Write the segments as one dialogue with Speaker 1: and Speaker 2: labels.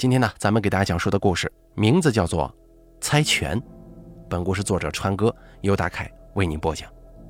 Speaker 1: 今天呢，咱们给大家讲述的故事名字叫做《猜拳》，本故事作者川哥由大凯为您播讲。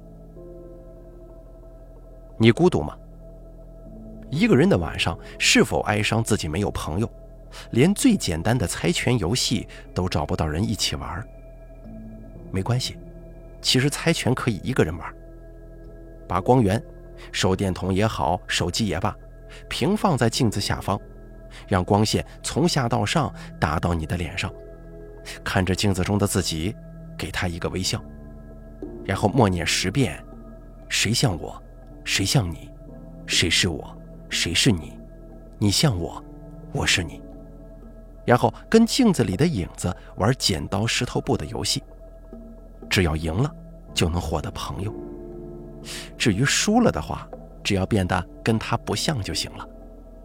Speaker 1: 你孤独吗？一个人的晚上是否哀伤自己没有朋友，连最简单的猜拳游戏都找不到人一起玩？没关系，其实猜拳可以一个人玩。把光源，手电筒也好，手机也罢，平放在镜子下方，让光线从下到上打到你的脸上，看着镜子中的自己，给他一个微笑，然后默念10遍：谁像我，谁像你，谁是我，谁是你，你像我，我是你。然后跟镜子里的影子玩剪刀石头布的游戏，只要赢了就能获得朋友，至于输了的话，只要变得跟他不像就行了。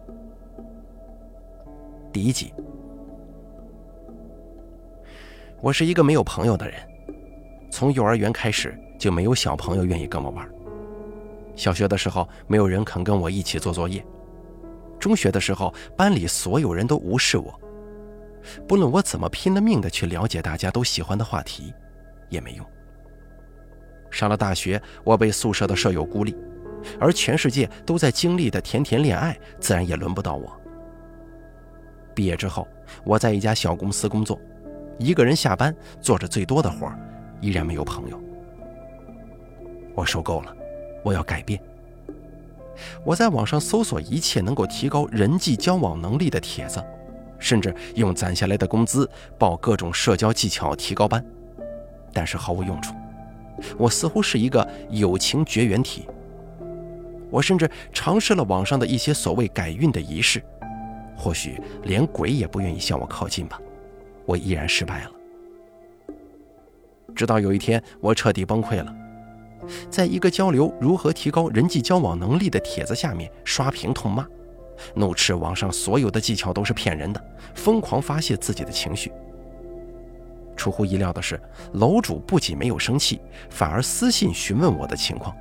Speaker 1: 第一集。我是一个没有朋友的人，从幼儿园开始就没有小朋友愿意跟我玩。小学的时候没有人肯跟我一起做作业，中学的时候班里所有人都无视我，不论我怎么拼了命的去了解大家都喜欢的话题也没用。上了大学，我被宿舍的舍友孤立，而全世界都在经历的甜甜恋爱自然也轮不到我。毕业之后，我在一家小公司工作，一个人下班做着最多的活，依然没有朋友。我受够了，我要改变。我在网上搜索一切能够提高人际交往能力的帖子，甚至用攒下来的工资报各种社交技巧提高班，但是毫无用处。我似乎是一个友情绝缘体。我甚至尝试了网上的一些所谓改运的仪式，或许连鬼也不愿意向我靠近吧，我依然失败了。直到有一天，我彻底崩溃了，在一个交流如何提高人际交往能力的帖子下面刷屏痛骂，怒斥网上所有的技巧都是骗人的，疯狂发泄自己的情绪。出乎意料的是，楼主不仅没有生气，反而私信询问我的情况。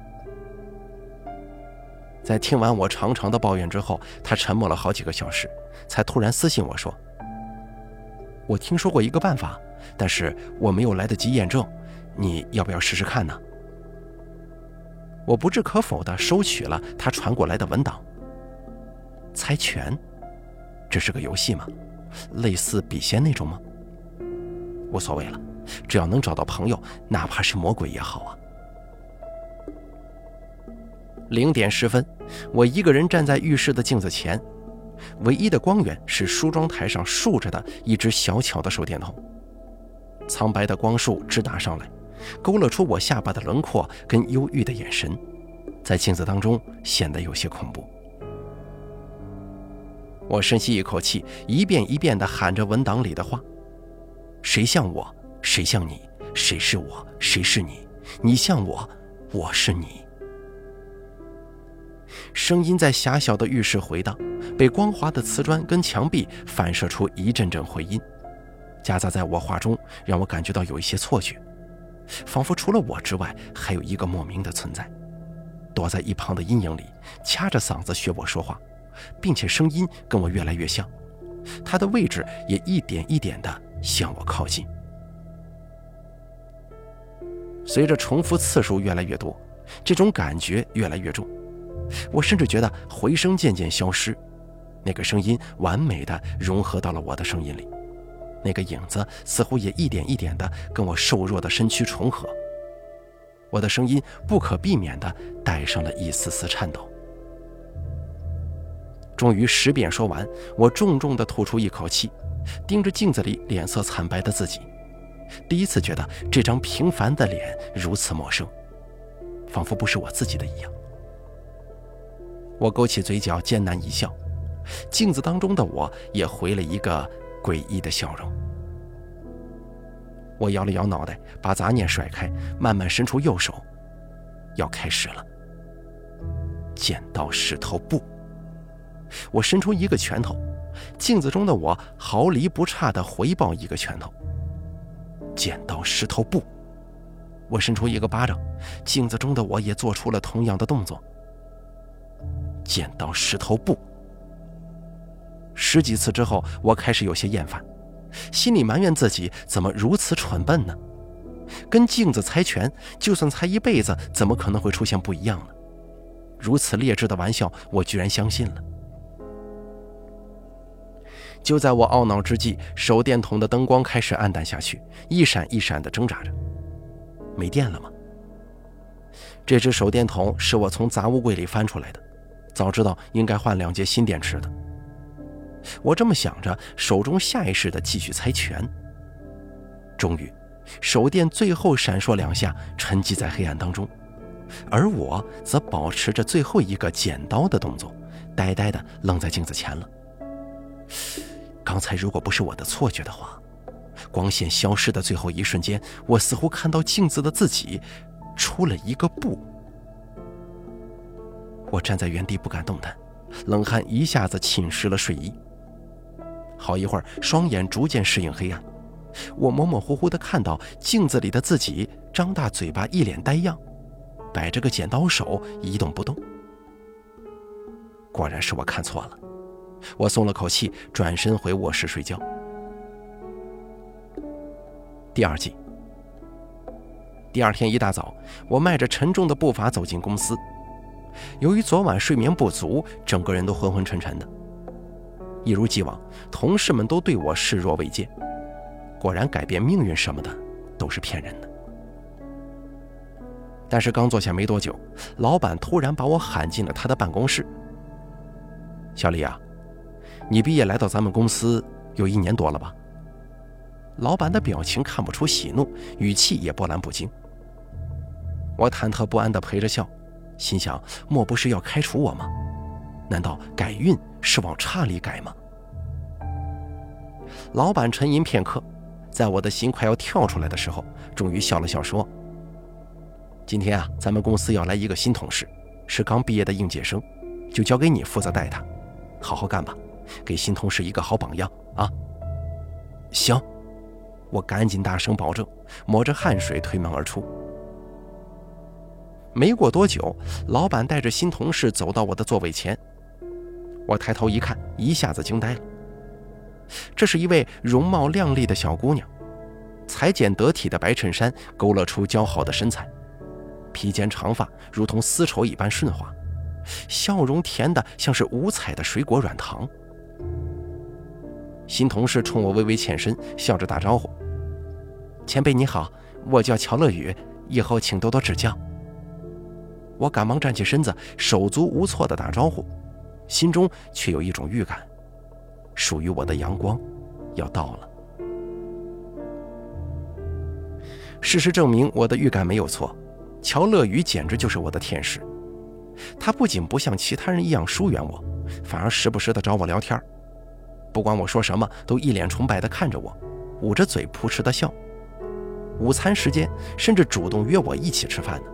Speaker 1: 在听完我长长的抱怨之后，他沉默了好几个小时，才突然私信我说：我听说过一个办法，但是我没有来得及验证，你要不要试试看呢？我不置可否地收取了他传过来的文档。猜拳，这是个游戏吗？类似笔仙那种吗？无所谓了，只要能找到朋友，哪怕是魔鬼也好啊。0点10分，我一个人站在浴室的镜子前，唯一的光源是梳妆台上竖着的一只小巧的手电筒，苍白的光束直打上来，勾勒出我下巴的轮廓跟忧郁的眼神，在镜子当中显得有些恐怖。我深吸一口气，一遍一遍地喊着文档里的话：谁像我，谁像你，谁是我，谁是你，你像我，我是你。声音在狭小的浴室回荡，被光滑的瓷砖跟墙壁反射出一阵阵回音，夹杂在我话中，让我感觉到有一些错觉，仿佛除了我之外还有一个莫名的存在，躲在一旁的阴影里，掐着嗓子学我说话，并且声音跟我越来越像，他的位置也一点一点地向我靠近。随着重复次数越来越多，这种感觉越来越重，我甚至觉得回声渐渐消失，那个声音完美地融合到了我的声音里，那个影子似乎也一点一点地跟我瘦弱的身躯重合，我的声音不可避免地带上了一丝丝颤抖。终于10遍说完，我重重地吐出一口气，盯着镜子里脸色惨白的自己，第一次觉得这张平凡的脸如此陌生，仿佛不是我自己的一样。我勾起嘴角，艰难一笑，镜子当中的我也回了一个诡异的笑容。我摇了摇脑袋，把杂念甩开，慢慢伸出右手，要开始了。剪刀石头布，我伸出一个拳头，镜子中的我毫厘不差地回报一个拳头。剪刀石头布，我伸出一个巴掌，镜子中的我也做出了同样的动作。剪刀石头布， 10几次之后，我开始有些厌烦，心里埋怨自己怎么如此蠢笨呢？跟镜子猜拳，就算猜一辈子，怎么可能会出现不一样呢？如此劣质的玩笑，我居然相信了。就在我懊恼之际，手电筒的灯光开始暗淡下去，一闪一闪地挣扎着。没电了吗？这只手电筒是我从杂物柜里翻出来的，早知道应该换2节新电池的。我这么想着，手中下意识地继续猜拳。终于，手电最后闪烁2下，沉寂在黑暗当中，而我则保持着最后一个剪刀的动作，呆呆地愣在镜子前了。刚才如果不是我的错觉的话，光线消失的最后一瞬间，我似乎看到镜子的自己出了一个步。我站在原地不敢动弹，冷汗一下子浸湿了睡衣。好一会儿，双眼逐渐适应黑暗，我模模糊糊地看到镜子里的自己张大嘴巴，一脸呆样，摆着个剪刀手，一动不动。果然是我看错了，我松了口气，转身回卧室睡觉。第2季，第2天一大早，我迈着沉重的步伐走进公司。由于昨晚睡眠不足，整个人都昏昏沉沉的。一如既往，同事们都对我视若未见。果然，改变命运什么的都是骗人的。但是刚坐下没多久，老板突然把我喊进了他的办公室。小李啊，你毕业来到咱们公司有1年多了吧？老板的表情看不出喜怒，语气也波澜不惊。我忐忑不安地陪着笑，心想莫不是要开除我吗？难道改运是往差里改吗？老板沉吟片刻，在我的心快要跳出来的时候，终于笑了笑说：今天啊，咱们公司要来一个新同事，是刚毕业的应届生，就交给你负责带他，好好干吧，给新同事一个好榜样啊。行，我赶紧大声保证，抹着汗水推门而出。没过多久，老板带着新同事走到我的座位前，我抬头一看，一下子惊呆了。这是一位容貌靓丽的小姑娘，裁剪得体的白衬衫勾勒出姣好的身材，披肩长发如同丝绸一般顺滑，笑容甜得像是5彩的水果软糖。新同事冲我微微欠身，笑着打招呼：前辈你好，我叫乔乐宇，以后请多多指教。我赶忙站起身子，手足无措地打招呼，心中却有一种预感，属于我的阳光要到了。事实证明，我的预感没有错，乔乐宇简直就是我的天使。他不仅不像其他人一样疏远我，反而时不时地找我聊天，不管我说什么，都一脸崇拜地看着我，捂着嘴扑哧地笑。午餐时间，甚至主动约我一起吃饭呢。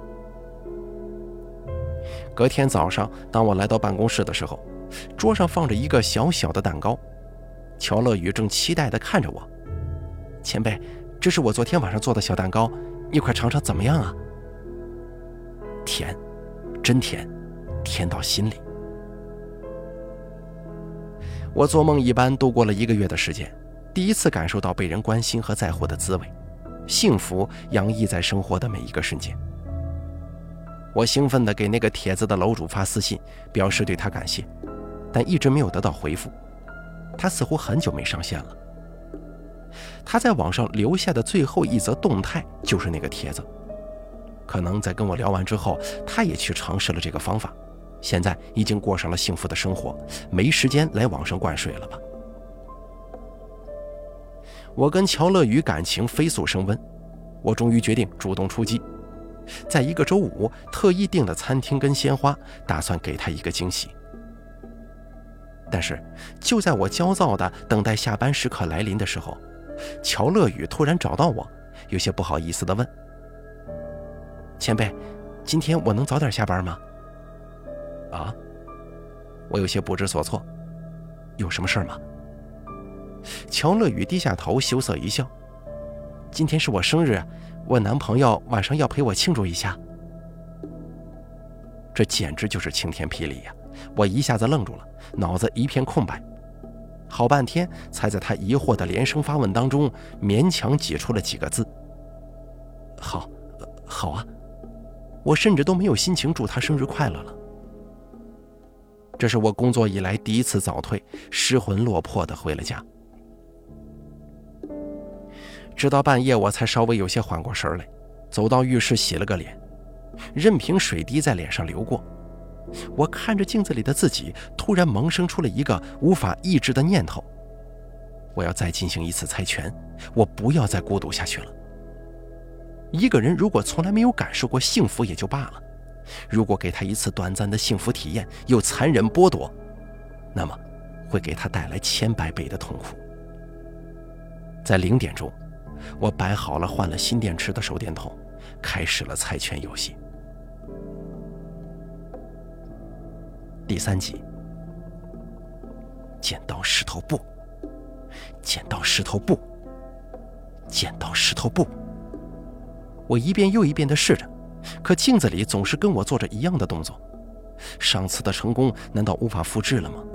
Speaker 1: 隔天早上，当我来到办公室的时候，桌上放着一个小小的蛋糕，乔乐宇正期待地看着我。前辈，这是我昨天晚上做的小蛋糕，你快尝尝怎么样啊？甜，真甜，甜到心里。我做梦一般度过了1个月的时间，第一次感受到被人关心和在乎的滋味，幸福洋溢在生活的每一个瞬间。我兴奋地给那个帖子的楼主发私信，表示对他感谢，但一直没有得到回复。他似乎很久没上线了。他在网上留下的最后一则动态就是那个帖子。可能在跟我聊完之后，他也去尝试了这个方法，现在已经过上了幸福的生活，没时间来网上灌水了吧。我跟乔乐宇感情飞速升温，我终于决定主动出击，在一个周五特意订了餐厅跟鲜花，打算给他一个惊喜。但是就在我焦躁地等待下班时刻来临的时候，乔乐宇突然找到我，有些不好意思地问：前辈，今天我能早点下班吗？啊？我有些不知所措，有什么事吗？乔乐宇低下头，羞涩一笑：今天是我生日，我男朋友晚上要陪我庆祝一下。这简直就是晴天霹雳呀！我一下子愣住了，脑子一片空白。 好半天才在他疑惑的连声发问当中勉强挤出了几个字：好，好啊。我甚至都没有心情祝他生日快乐了。这是我工作以来第一次早退，失魂落魄地回了家。直到半夜我才稍微有些缓过神来，走到浴室洗了个脸，任凭水滴在脸上流过。我看着镜子里的自己，突然萌生出了一个无法抑制的念头：我要再进行一次猜拳，我不要再孤独下去了。一个人如果从来没有感受过幸福也就罢了，如果给他一次短暂的幸福体验又残忍剥夺，那么会给他带来1000-100倍的痛苦。在0点钟，我摆好了换了新电池的手电筒，开始了猜拳游戏。第3集，剪刀石头布，剪刀石头布，剪刀石头布。我一遍又一遍地试着，可镜子里总是跟我做着一样的动作。上次的成功难道无法复制了吗？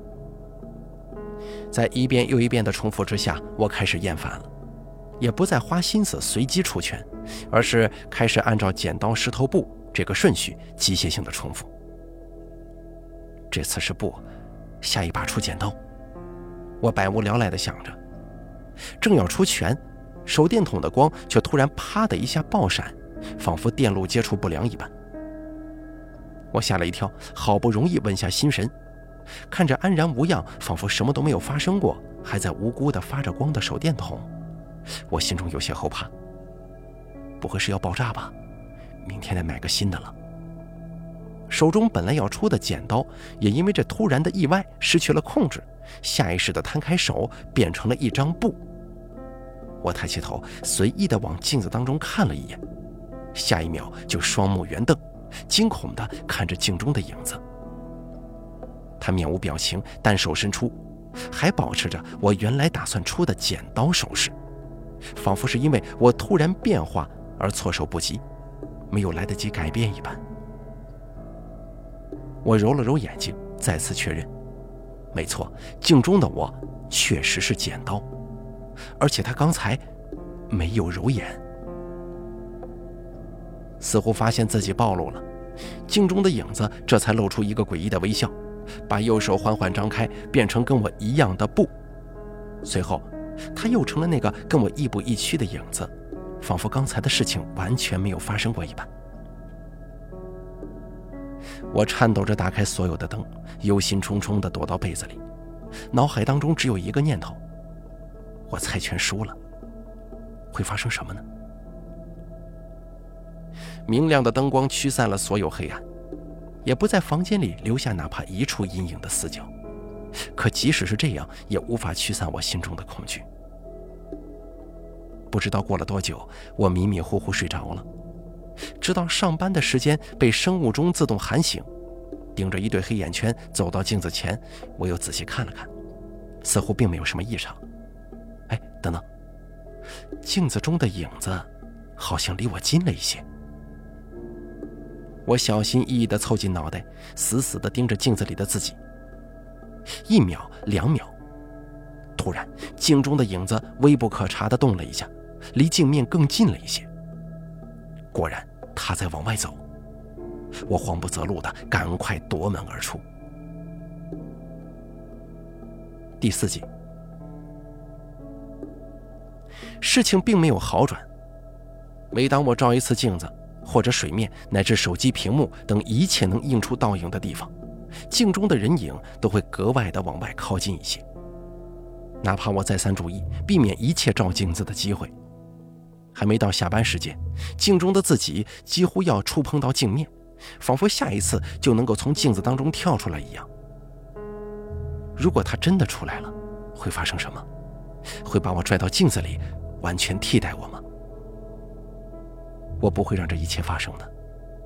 Speaker 1: 在一遍又一遍的重复之下，我开始厌烦了，也不再花心思随机出拳，而是开始按照剪刀石头布这个顺序机械性的重复。这次是布，下一把出剪刀。我百无聊赖地想着，正要出拳，手电筒的光却突然啪的一下爆闪，仿佛电路接触不良一般。我吓了一跳，好不容易稳下心神，看着安然无恙，仿佛什么都没有发生过，还在无辜地发着光的手电筒，我心中有些后怕。不会是要爆炸吧？明天得买个新的了。手中本来要出的剪刀也因为这突然的意外失去了控制，下意识地摊开手，变成了一张布。我抬起头，随意地往镜子当中看了一眼，下一秒就双目圆瞪，惊恐地看着镜中的影子。他面无表情，单手伸出，还保持着我原来打算出的剪刀手势，仿佛是因为我突然变化而措手不及，没有来得及改变一般。我揉了揉眼睛，再次确认，没错，镜中的我确实是剪刀，而且他刚才没有揉眼。似乎发现自己暴露了，镜中的影子这才露出一个诡异的微笑，把右手缓缓张开，变成跟我一样的布。随后他又成了那个跟我亦步亦趋的影子，仿佛刚才的事情完全没有发生过一般。我颤抖着打开所有的灯，忧心忡忡地躲到被子里，脑海当中只有一个念头：我猜拳输了，会发生什么呢？明亮的灯光驱散了所有黑暗，也不在房间里留下哪怕一处阴影的死角。可即使是这样，也无法驱散我心中的恐惧。不知道过了多久，我迷迷糊糊睡着了，直到上班的时间被生物钟自动喊醒，顶着一对黑眼圈走到镜子前，我又仔细看了看，似乎并没有什么异常。哎，等等，镜子中的影子好像离我近了一些。我小心翼翼地凑近脑袋，死死地盯着镜子里的自己。1秒2秒，突然镜中的影子微不可察地动了一下，离镜面更近了一些。果然他在往外走，我慌不择路地赶快夺门而出。第4集，事情并没有好转。每当我照一次镜子，或者水面乃至手机屏幕等一切能映出倒影的地方，镜中的人影都会格外地往外靠近一些。哪怕我再三注意，避免一切照镜子的机会，还没到下班时间，镜中的自己几乎要触碰到镜面，仿佛下一次就能够从镜子当中跳出来一样。如果他真的出来了，会发生什么？会把我拽到镜子里，完全替代我吗？我不会让这一切发生的。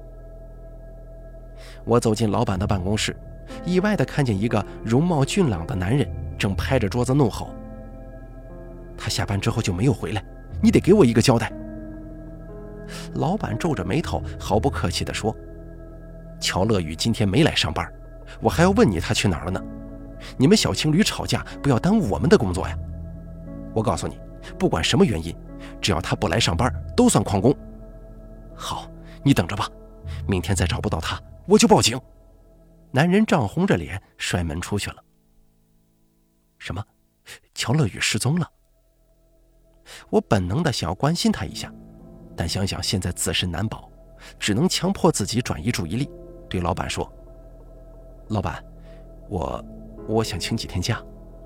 Speaker 1: 我走进老板的办公室，意外地看见一个容貌俊朗的男人正拍着桌子怒吼：他下班之后就没有回来，你得给我一个交代。老板皱着眉头，毫不客气地说：乔乐宇今天没来上班，我还要问你他去哪儿了呢。 你们小情侣吵架不要耽误我们的工作呀。我告诉你，不管什么原因，只要他不来上班，都算旷工。好，你等着吧，明天再找不到他，我就报警。男人涨红着脸摔门出去了。什么？乔乐宇失踪了？我本能的想要关心他一下，但想想现在自身难保，只能强迫自己转移注意力，对老板说：老板，我想请几天假。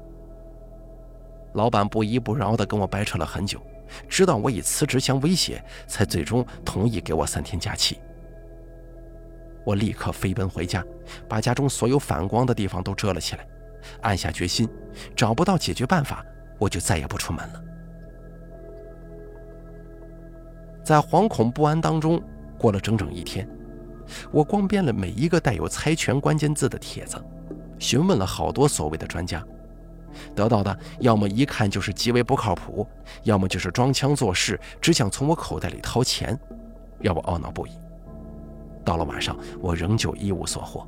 Speaker 1: 老板不依不饶地跟我掰扯了很久，直到我以辞职相威胁，才最终同意给我3天假期。我立刻飞奔回家，把家中所有反光的地方都遮了起来，暗下决心，找不到解决办法，我就再也不出门了。在惶恐不安当中过了整整1天，我光遍了每一个带有猜拳关键字的帖子，询问了好多所谓的专家，得到的要么一看就是极为不靠谱，要么就是装腔作势，只想从我口袋里掏钱，让我懊恼不已。到了晚上，我仍旧一无所获。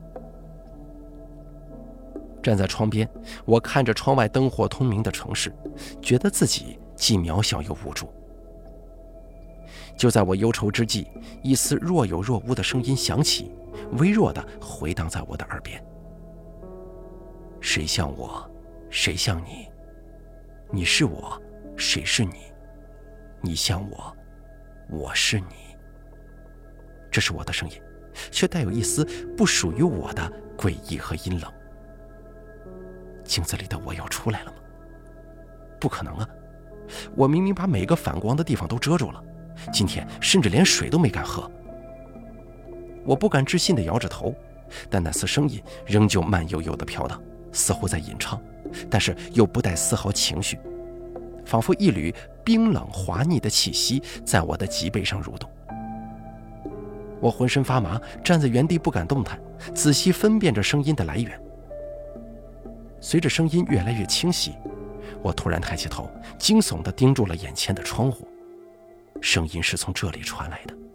Speaker 1: 站在窗边，我看着窗外灯火通明的城市，觉得自己既渺小又无助。就在我忧愁之际，一丝若有若无的声音响起，微弱地回荡在我的耳边：谁像我，谁像你？你是我，谁是你？你像我，我是你。这是我的声音，却带有一丝不属于我的诡异和阴冷。镜子里的我要出来了吗？不可能啊！我明明把每个反光的地方都遮住了，今天甚至连水都没敢喝。我不敢置信地摇着头，但那丝声音仍旧慢悠悠地飘荡，似乎在吟唱，但是又不带丝毫情绪，仿佛一缕冰冷滑腻的气息在我的脊背上蠕动。我浑身发麻，站在原地不敢动弹，仔细分辨着声音的来源。随着声音越来越清晰，我突然抬起头，惊悚地盯住了眼前的窗户，声音是从这里传来的。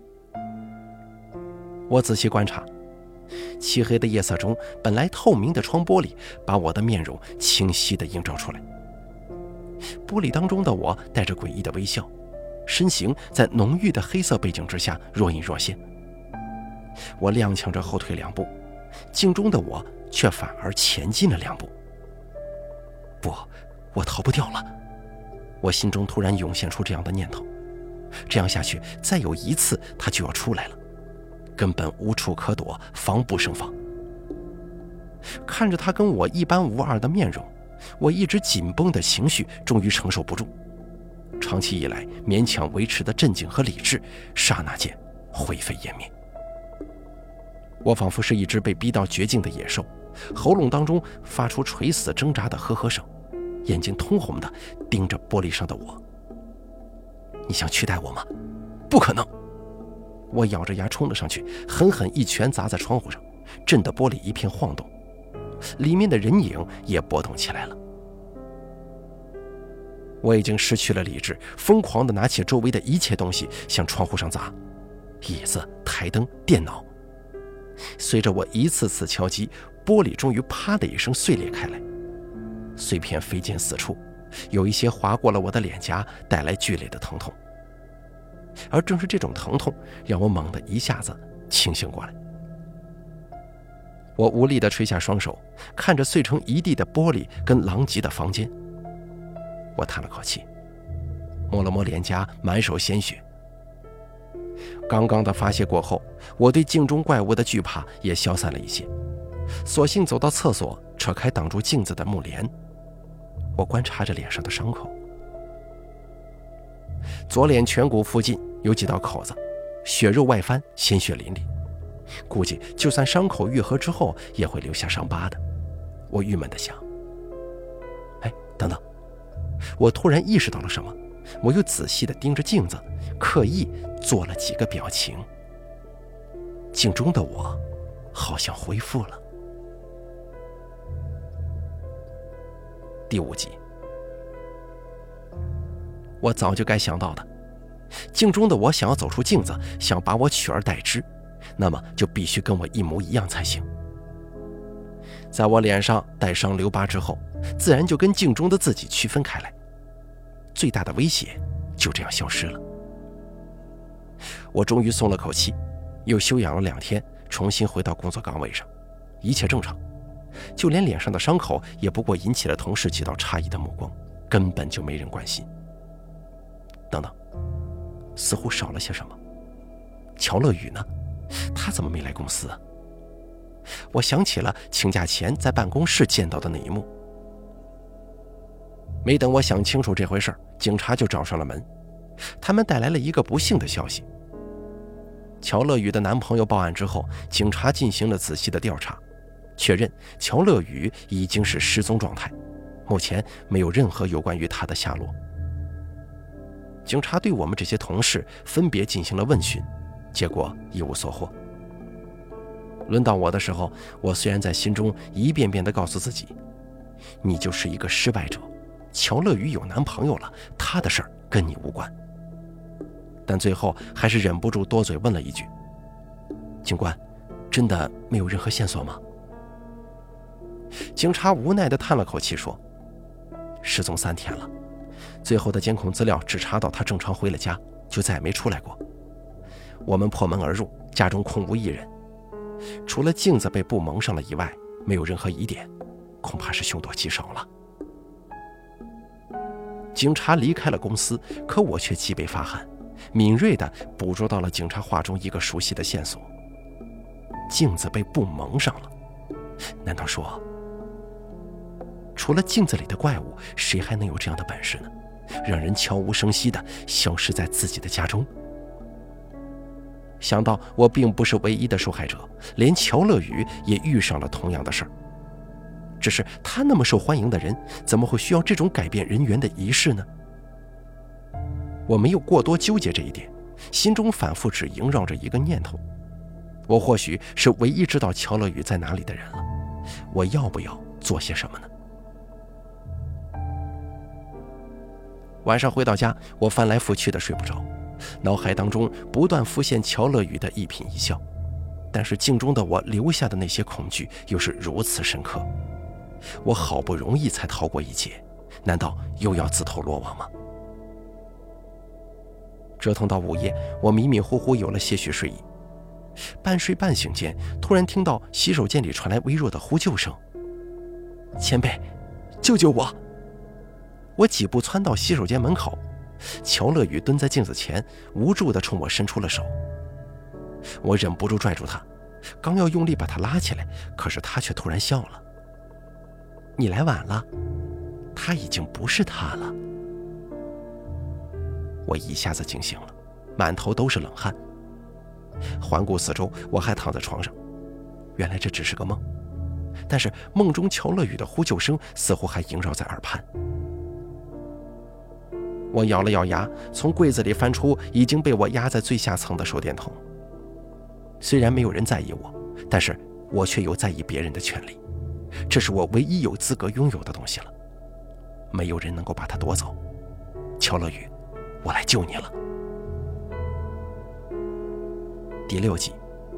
Speaker 1: 我仔细观察，漆黑的夜色中，本来透明的窗玻璃把我的面容清晰地映照出来。玻璃当中的我带着诡异的微笑，身形在浓郁的黑色背景之下若隐若现。我踉跄着后退2步，镜中的我却反而前进了2步。不，我逃不掉了。我心中突然涌现出这样的念头，这样下去，再有一次他就要出来了，根本无处可躲，防不胜防。看着他跟我一般无二的面容，我一直紧绷的情绪终于承受不住，长期以来勉强维持的镇静和理智刹那间灰飞烟灭。我仿佛是一只被逼到绝境的野兽，喉咙当中发出垂死挣扎的呵呵声，眼睛通红的盯着玻璃上的我。你想取代我吗？不可能！我咬着牙冲了上去，狠狠一拳砸在窗户上，震得玻璃一片晃动，里面的人影也波动起来了。我已经失去了理智，疯狂地拿起周围的一切东西向窗户上砸，椅子、台灯、电脑。随着我一次次敲击，玻璃终于啪的一声碎裂开来，碎片飞溅四处，有一些划过了我的脸颊，带来剧烈的疼痛。而正是这种疼痛让我猛地一下子清醒过来。我无力地垂下双手，看着碎成一地的玻璃跟狼藉的房间，我叹了口气，摸了摸脸颊，满手鲜血。刚刚的发泄过后，我对镜中怪物的惧怕也消散了一些，索性走到厕所，扯开挡住镜子的幕帘。我观察着脸上的伤口，左脸颧骨附近有几道口子，血肉外翻，鲜血淋漓，估计就算伤口愈合之后也会留下伤疤的。我郁闷地想。哎，等等，我突然意识到了什么，我又仔细地盯着镜子，刻意做了几个表情。镜中的我好像恢复了。第5集，我早就该想到的，镜中的我想要走出镜子，想把我取而代之，那么就必须跟我一模一样才行。 在我脸上带伤留疤之后，自然就跟镜中的自己区分开来，最大的威胁就这样消失了。我终于松了口气，又休养了2天，重新回到工作岗位上，一切正常，就连脸上的伤口也不过引起了同事几道诧异的目光，根本就没人关心。等等，似乎少了些什么。乔乐宇呢？他怎么没来公司啊？我想起了请假前在办公室见到的那一幕。没等我想清楚这回事，警察就找上了门。他们带来了一个不幸的消息：乔乐宇的男朋友报案之后，警察进行了仔细的调查，确认乔乐宇已经是失踪状态，目前没有任何有关于他的下落。警察对我们这些同事分别进行了问询，结果一无所获。轮到我的时候，我虽然在心中一遍遍地告诉自己，你就是一个失败者，乔乐宇有男朋友了，他的事儿跟你无关，但最后还是忍不住多嘴问了一句：警官，真的没有任何线索吗？警察无奈地叹了口气说：失踪3天了，最后的监控资料只查到他正常回了家，就再也没出来过。我们破门而入，家中空无一人，除了镜子被布蒙上了以外，没有任何疑点，恐怕是凶多吉少了。警察离开了公司，可我却脊背发寒，敏锐地捕捉到了警察话中一个熟悉的线索：镜子被布蒙上了。难道说，除了镜子里的怪物，谁还能有这样的本事呢？让人悄无声息地消失在自己的家中。想到我并不是唯一的受害者，连乔乐宇也遇上了同样的事儿，只是他那么受欢迎的人，怎么会需要这种改变人缘的仪式呢？我没有过多纠结这一点，心中反复只萦绕着一个念头：我或许是唯一知道乔乐宇在哪里的人了，我要不要做些什么呢？晚上回到家，我翻来覆去的睡不着，脑海当中不断浮现乔乐宇的一颦一笑，但是镜中的我留下的那些恐惧又是如此深刻。我好不容易才逃过一劫，难道又要自投罗网吗？折腾到午夜，我迷迷糊糊有了些许睡意，半睡半醒间，突然听到洗手间里传来微弱的呼救声：前辈，救救我！我几步窜到洗手间门口，乔乐宇蹲在镜子前，无助地冲我伸出了手。我忍不住拽住他，刚要用力把他拉起来，可是他却突然笑了：你来晚了，他已经不是他了。我一下子惊醒了，满头都是冷汗。环顾四周，我还躺在床上，原来这只是个梦，但是梦中乔乐宇的呼救声似乎还萦绕在耳畔。我咬了咬牙，从柜子里翻出已经被我压在最下层的手电筒。虽然没有人在意我，但是我却有在意别人的权利，这是我唯一有资格拥有的东西了，没有人能够把它夺走。乔乐宇，我来救你了。第6集，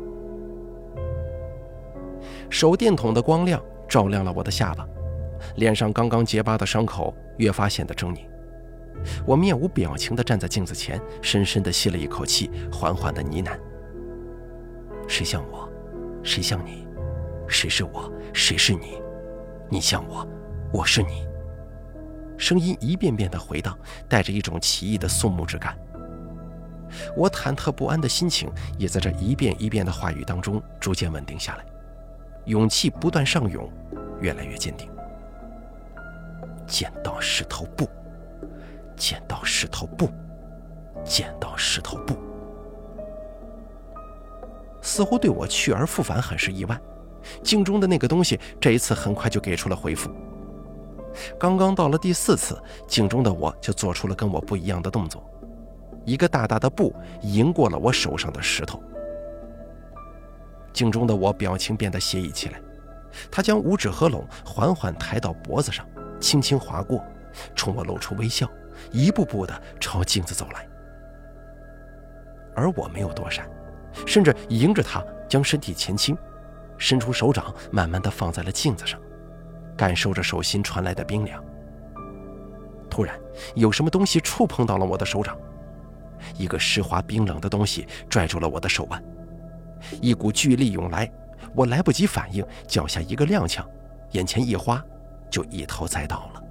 Speaker 1: 手电筒的光亮照亮了我的下巴，脸上刚刚结疤的伤口越发显得狰狞。我面无表情地站在镜子前，深深地吸了一口气，缓缓地呢喃：谁像我，谁像你，谁是我，谁是你，你像我，我是你。声音一遍遍地回荡，带着一种奇异的肃穆之感。我忐忑不安的心情也在这一遍一遍的话语当中逐渐稳定下来，勇气不断上涌，越来越坚定。剪刀石头布，剪刀石头布，剪刀石头布。似乎对我去而复返很是意外，镜中的那个东西这一次很快就给出了回复。刚刚到了第4次，镜中的我就做出了跟我不一样的动作，一个大大的布迎过了我手上的石头。镜中的我表情变得写意起来，他将五指合拢，缓缓抬到脖子上，轻轻划过，冲我露出微笑，一步步地朝镜子走来。而我没有躲闪，甚至迎着他将身体前倾， 伸出手掌，慢慢地放在了镜子上，感受着手心传来的冰凉。突然，有什么东西触碰到了我的手掌，一个湿滑冰冷的东西拽住了我的手腕，一股巨力涌来，我来不及反应，脚下一个踉跄，眼前一花，就一头栽倒了。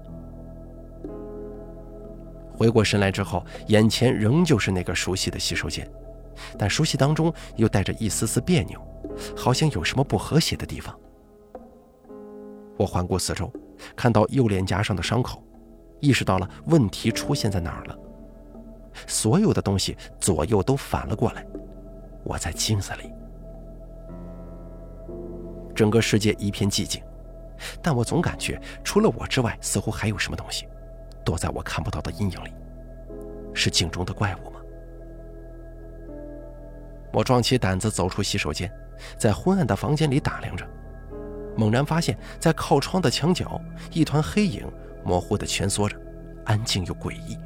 Speaker 1: 回过神来之后，眼前仍旧是那个熟悉的洗手间，但熟悉当中又带着一丝丝别扭，好像有什么不和谐的地方。我环顾四周，看到右脸颊上的伤口，意识到了问题出现在哪儿了。所有的东西左右都反了过来，我在镜子里。整个世界一片寂静，但我总感觉除了我之外，似乎还有什么东西躲在我看不到的阴影里。是镜中的怪物吗？我壮起胆子走出洗手间，在昏暗的房间里打量着，猛然发现在靠窗的墙角，一团黑影模糊地蜷缩着，安静又诡异。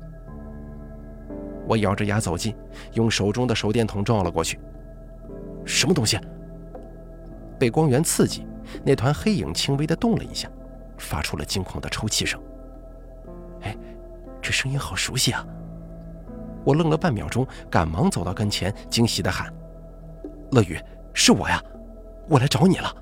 Speaker 1: 我咬着牙走近，用手中的手电筒照了过去。什么东西？被光源刺激，那团黑影轻微地动了一下，发出了惊恐的抽泣声。哎，这声音好熟悉啊！我愣了半秒钟，赶忙走到跟前，惊喜地喊：乐宇，是我呀，我来找你了。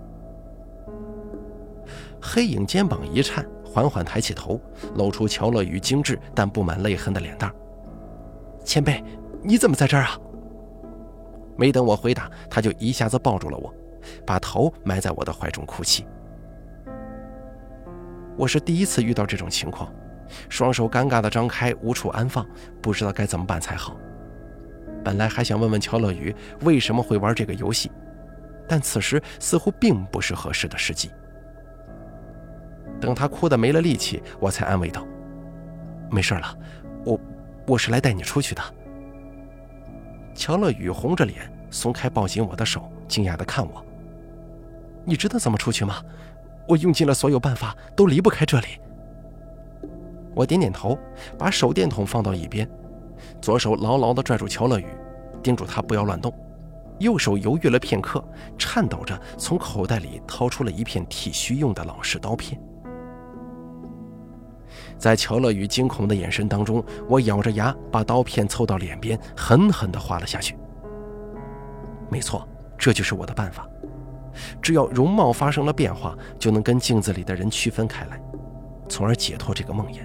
Speaker 1: 黑影肩膀一颤，缓缓抬起头，露出乔乐宇精致但布满泪痕的脸蛋。前辈，你怎么在这儿啊？没等我回答，他就一下子抱住了我，把头埋在我的怀中哭泣。我是第一次遇到这种情况，双手尴尬地张开，无处安放，不知道该怎么办才好。本来还想问问乔乐宇为什么会玩这个游戏，但此时似乎并不是合适的时机。等他哭得没了力气，我才安慰道：没事了，我是来带你出去的。乔乐宇红着脸松开抱紧我的手，惊讶地看我：你知道怎么出去吗？我用尽了所有办法，都离不开这里。我点点头，把手电筒放到一边，左手牢牢地拽住乔乐宇，叮嘱他不要乱动，右手犹豫了片刻，颤抖着从口袋里掏出了一片剃须用的老式刀片。在乔乐宇惊恐的眼神当中，我咬着牙把刀片凑到脸边，狠狠地划了下去。没错，这就是我的办法，只要容貌发生了变化，就能跟镜子里的人区分开来，从而解脱这个梦魇。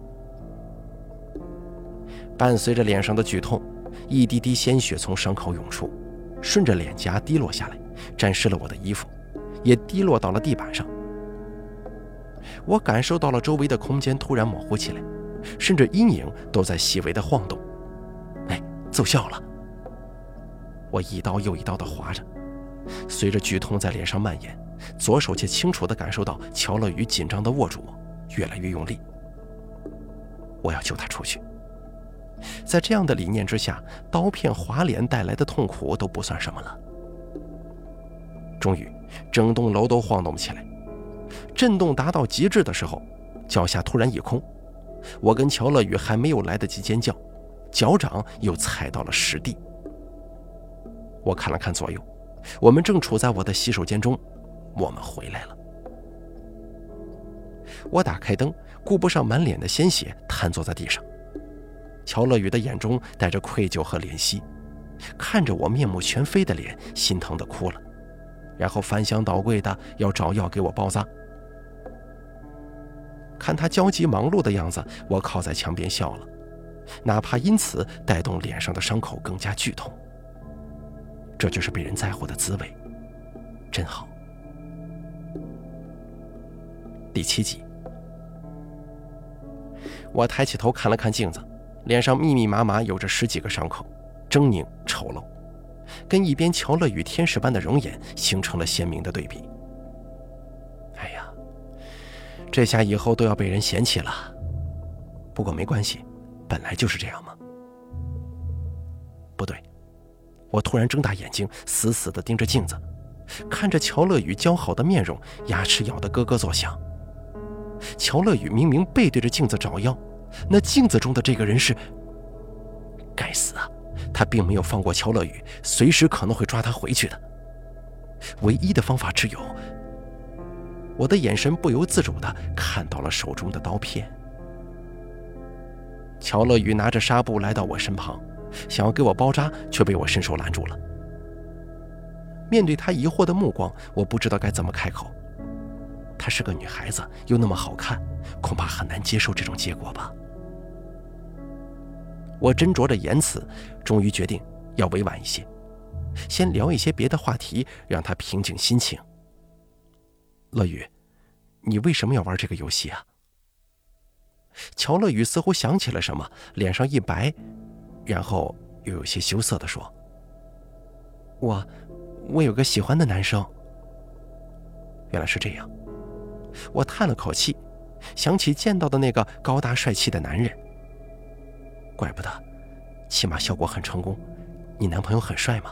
Speaker 1: 伴随着脸上的剧痛，一滴滴鲜血从伤口涌出，顺着脸颊滴落下来，沾湿了我的衣服，也滴落到了地板上。我感受到了周围的空间突然模糊起来，甚至阴影都在细微的晃动。哎，奏效了！我一刀又一刀地划着，随着剧痛在脸上蔓延，左手却清楚地感受到乔乐宇紧张地握住我，越来越用力。我要救他出去。在这样的理念之下，刀片划脸带来的痛苦都不算什么了。终于，整栋楼都晃动起来，震动达到极致的时候，脚下突然一空，我跟乔乐宇还没有来得及尖叫，脚掌又踩到了实地。我看了看左右，我们正处在我的洗手间中，我们回来了。我打开灯，顾不上满脸的鲜血，瘫坐在地上。乔乐宇的眼中带着愧疚和怜惜，看着我面目全非的脸，心疼地哭了，然后翻箱倒柜的要找药给我包扎。看他焦急忙碌的样子，我靠在墙边笑了，哪怕因此带动脸上的伤口更加剧痛。这就是被人在乎的滋味，真好。第7集，我抬起头看了看镜子，脸上密密麻麻有着10几个伤口，狰狞丑陋，跟一边乔乐宇天使般的容颜形成了鲜明的对比。哎呀，这下以后都要被人嫌弃了。不过没关系，本来就是这样嘛。不对，我突然睁大眼睛，死死地盯着镜子，看着乔乐宇姣好的面容，牙齿咬得咯咯作响。乔乐宇明明背对着镜子找药，那镜子中的这个人是……该死啊！他并没有放过乔乐宇，随时可能会抓他回去的。 唯一的方法只有……我的眼神不由自主地看到了手中的刀片。乔乐宇拿着纱布来到我身旁，想要给我包扎，却被我伸手拦住了。面对他疑惑的目光，我不知道该怎么开口。她是个女孩子，又那么好看，恐怕很难接受这种结果吧。我斟酌着言辞，终于决定要委婉一些，先聊一些别的话题，让她平静心情。乐宇，你为什么要玩这个游戏啊？乔乐宇似乎想起了什么，脸上一白，然后又有些羞涩地说：我有个喜欢的男生。原来是这样。我叹了口气，想起见到的那个高大帅气的男人。怪不得，起码效果很成功。你男朋友很帅吗？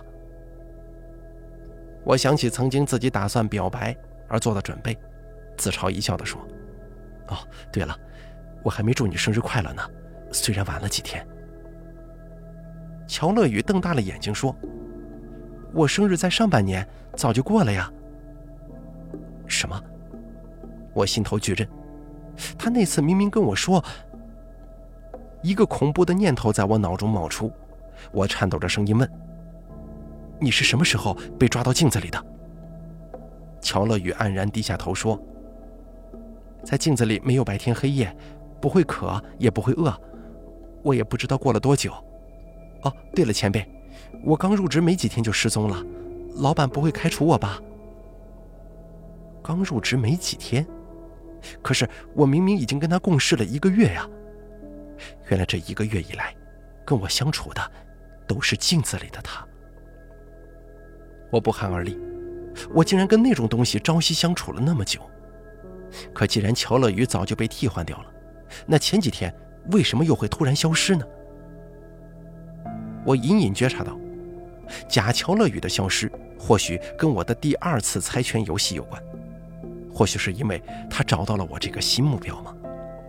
Speaker 1: 我想起曾经自己打算表白而做的准备，自嘲一笑地说：哦，对了，我还没祝你生日快乐呢，虽然晚了几天。乔乐宇瞪大了眼睛说：我生日在上半年，早就过了呀。什么？我心头巨震，他那次明明跟我说……一个恐怖的念头在我脑中冒出，我颤抖着声音问：你是什么时候被抓到镜子里的？乔乐宇黯然低下头说：在镜子里没有白天黑夜，不会渴也不会饿，我也不知道过了多久。哦，对了，前辈，我刚入职没几天就失踪了，老板不会开除我吧？刚入职没几天，可是我明明已经跟他共事了1个月呀。原来这1个月以来，跟我相处的都是镜子里的他。我不寒而栗，我竟然跟那种东西朝夕相处了那么久。可既然乔乐宇早就被替换掉了，那前几天为什么又会突然消失呢？我隐隐觉察到，假乔乐宇的消失或许跟我的第2次猜拳游戏有关，或许是因为他找到了我这个新目标吗？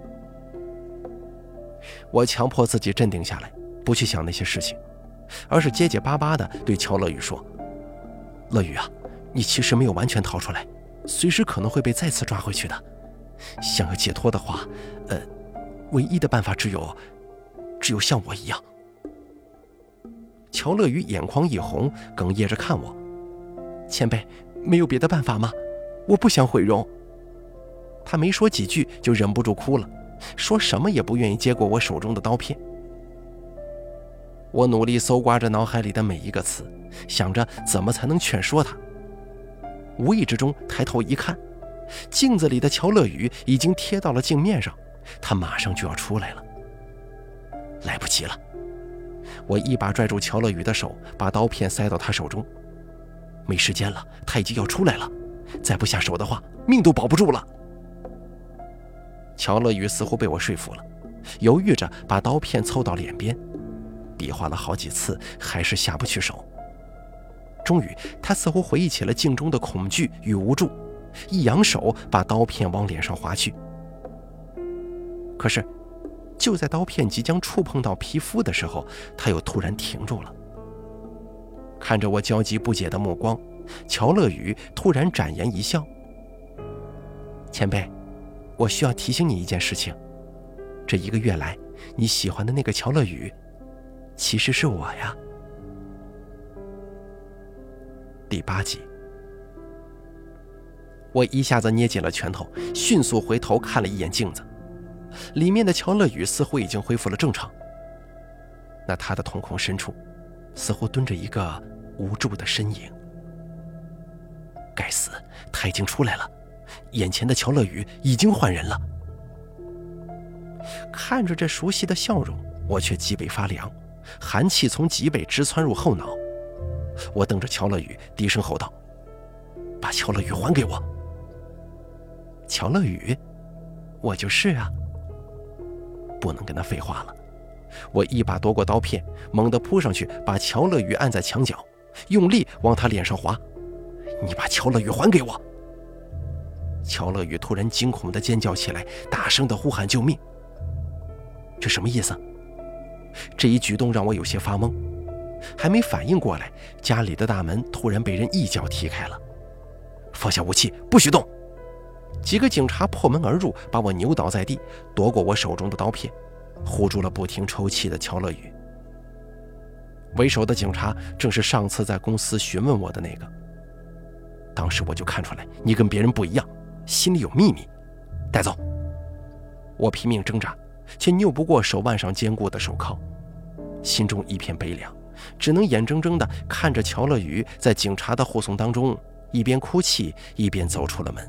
Speaker 1: 我强迫自己镇定下来，不去想那些事情，而是结结巴巴地对乔乐宇说：乐宇啊，你其实没有完全逃出来，随时可能会被再次抓回去的。想要解脱的话，唯一的办法只有像我一样。乔乐宇眼眶一红，哽咽着看我：前辈，没有别的办法吗？我不想毁容。他没说几句就忍不住哭了，说什么也不愿意接过我手中的刀片。我努力搜刮着脑海里的每一个词，想着怎么才能劝说他。无意之中抬头一看，镜子里的乔乐宇已经贴到了镜面上，他马上就要出来了。来不及了，我一把拽住乔乐宇的手，把刀片塞到他手中。没时间了，他已经要出来了，再不下手的话，命都保不住了。乔乐宇似乎被我说服了，犹豫着把刀片凑到脸边，比划了好几次，还是下不去手。终于，他似乎回忆起了镜中的恐惧与无助，一扬手把刀片往脸上划去。可是，就在刀片即将触碰到皮肤的时候，他又突然停住了。看着我焦急不解的目光，乔乐宇突然展颜一笑：前辈，我需要提醒你一件事情，这1个月来，你喜欢的那个乔乐宇，其实是我呀。第8集，我一下子捏紧了拳头，迅速回头看了一眼镜子，里面的乔乐宇似乎已经恢复了正常。那他的瞳孔深处，似乎蹲着一个无助的身影。该死，他已经出来了，眼前的乔乐宇已经换人了。看着这熟悉的笑容，我却脊背发凉，寒气从脊背直窜入后脑。我瞪着乔乐宇，低声吼道：把乔乐宇还给我！乔乐宇？我就是啊。不能跟他废话了，我一把夺过刀片，猛地扑上去，把乔乐宇按在墙角，用力往他脸上划。你把乔乐宇还给我！乔乐宇突然惊恐地尖叫起来，大声地呼喊救命。这什么意思？这一举动让我有些发懵，还没反应过来，家里的大门突然被人一脚踢开了， 放下武器，不许动！几个警察破门而入，把我扭倒在地，夺过我手中的刀片，护住了不停抽泣的乔乐宇。为首的警察正是上次在公司询问我的那个。当时我就看出来，你跟别人不一样，心里有秘密。带走！我拼命挣扎，却拗不过手腕上坚固的手铐，心中一片悲凉，只能眼睁睁地看着乔乐宇在警察的护送当中，一边哭泣一边走出了门。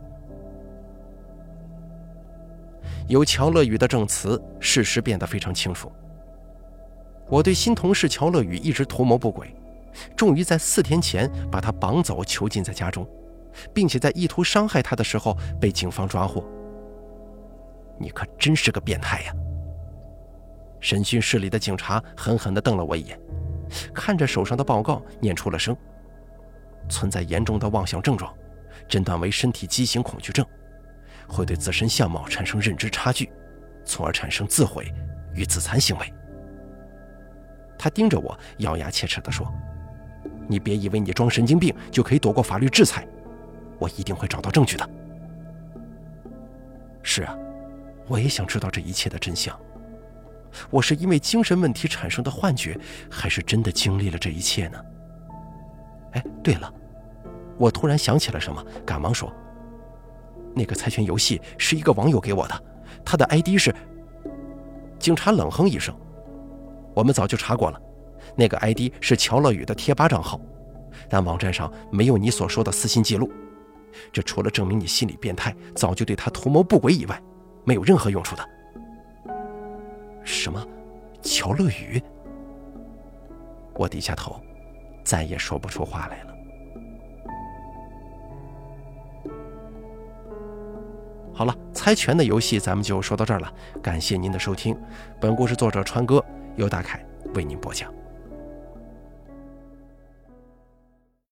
Speaker 1: 有乔乐宇的证词，事实变得非常清楚。我对新同事乔乐宇一直图谋不轨，终于在4天前把他绑走，囚禁在家中，并且在意图伤害他的时候被警方抓获。你可真是个变态呀！审讯室里的警察狠狠地瞪了我一眼，看着手上的报告念出了声：存在严重的妄想症状，诊断为身体畸形恐惧症，会对自身相貌产生认知差距，从而产生自毁与自残行为。他盯着我，咬牙切齿地说：你别以为你装神经病就可以躲过法律制裁，我一定会找到证据的。是啊，我也想知道这一切的真相。我是因为精神问题产生的幻觉，还是真的经历了这一切呢？哎，对了，我突然想起了什么，赶忙说：那个猜拳游戏是一个网友给我的，他的 ID 是……警察冷哼一声：我们早就查过了，那个 ID 是乔乐宇的贴吧账号，但网站上没有你所说的私信记录，这除了证明你心理变态，早就对他图谋不轨以外，没有任何用处的。什么？乔乐宇？我低下头，再也说不出话来了。好了，猜拳的游戏咱们就说到这儿了，感谢您的收听。本故事作者川哥由大凯为您播讲。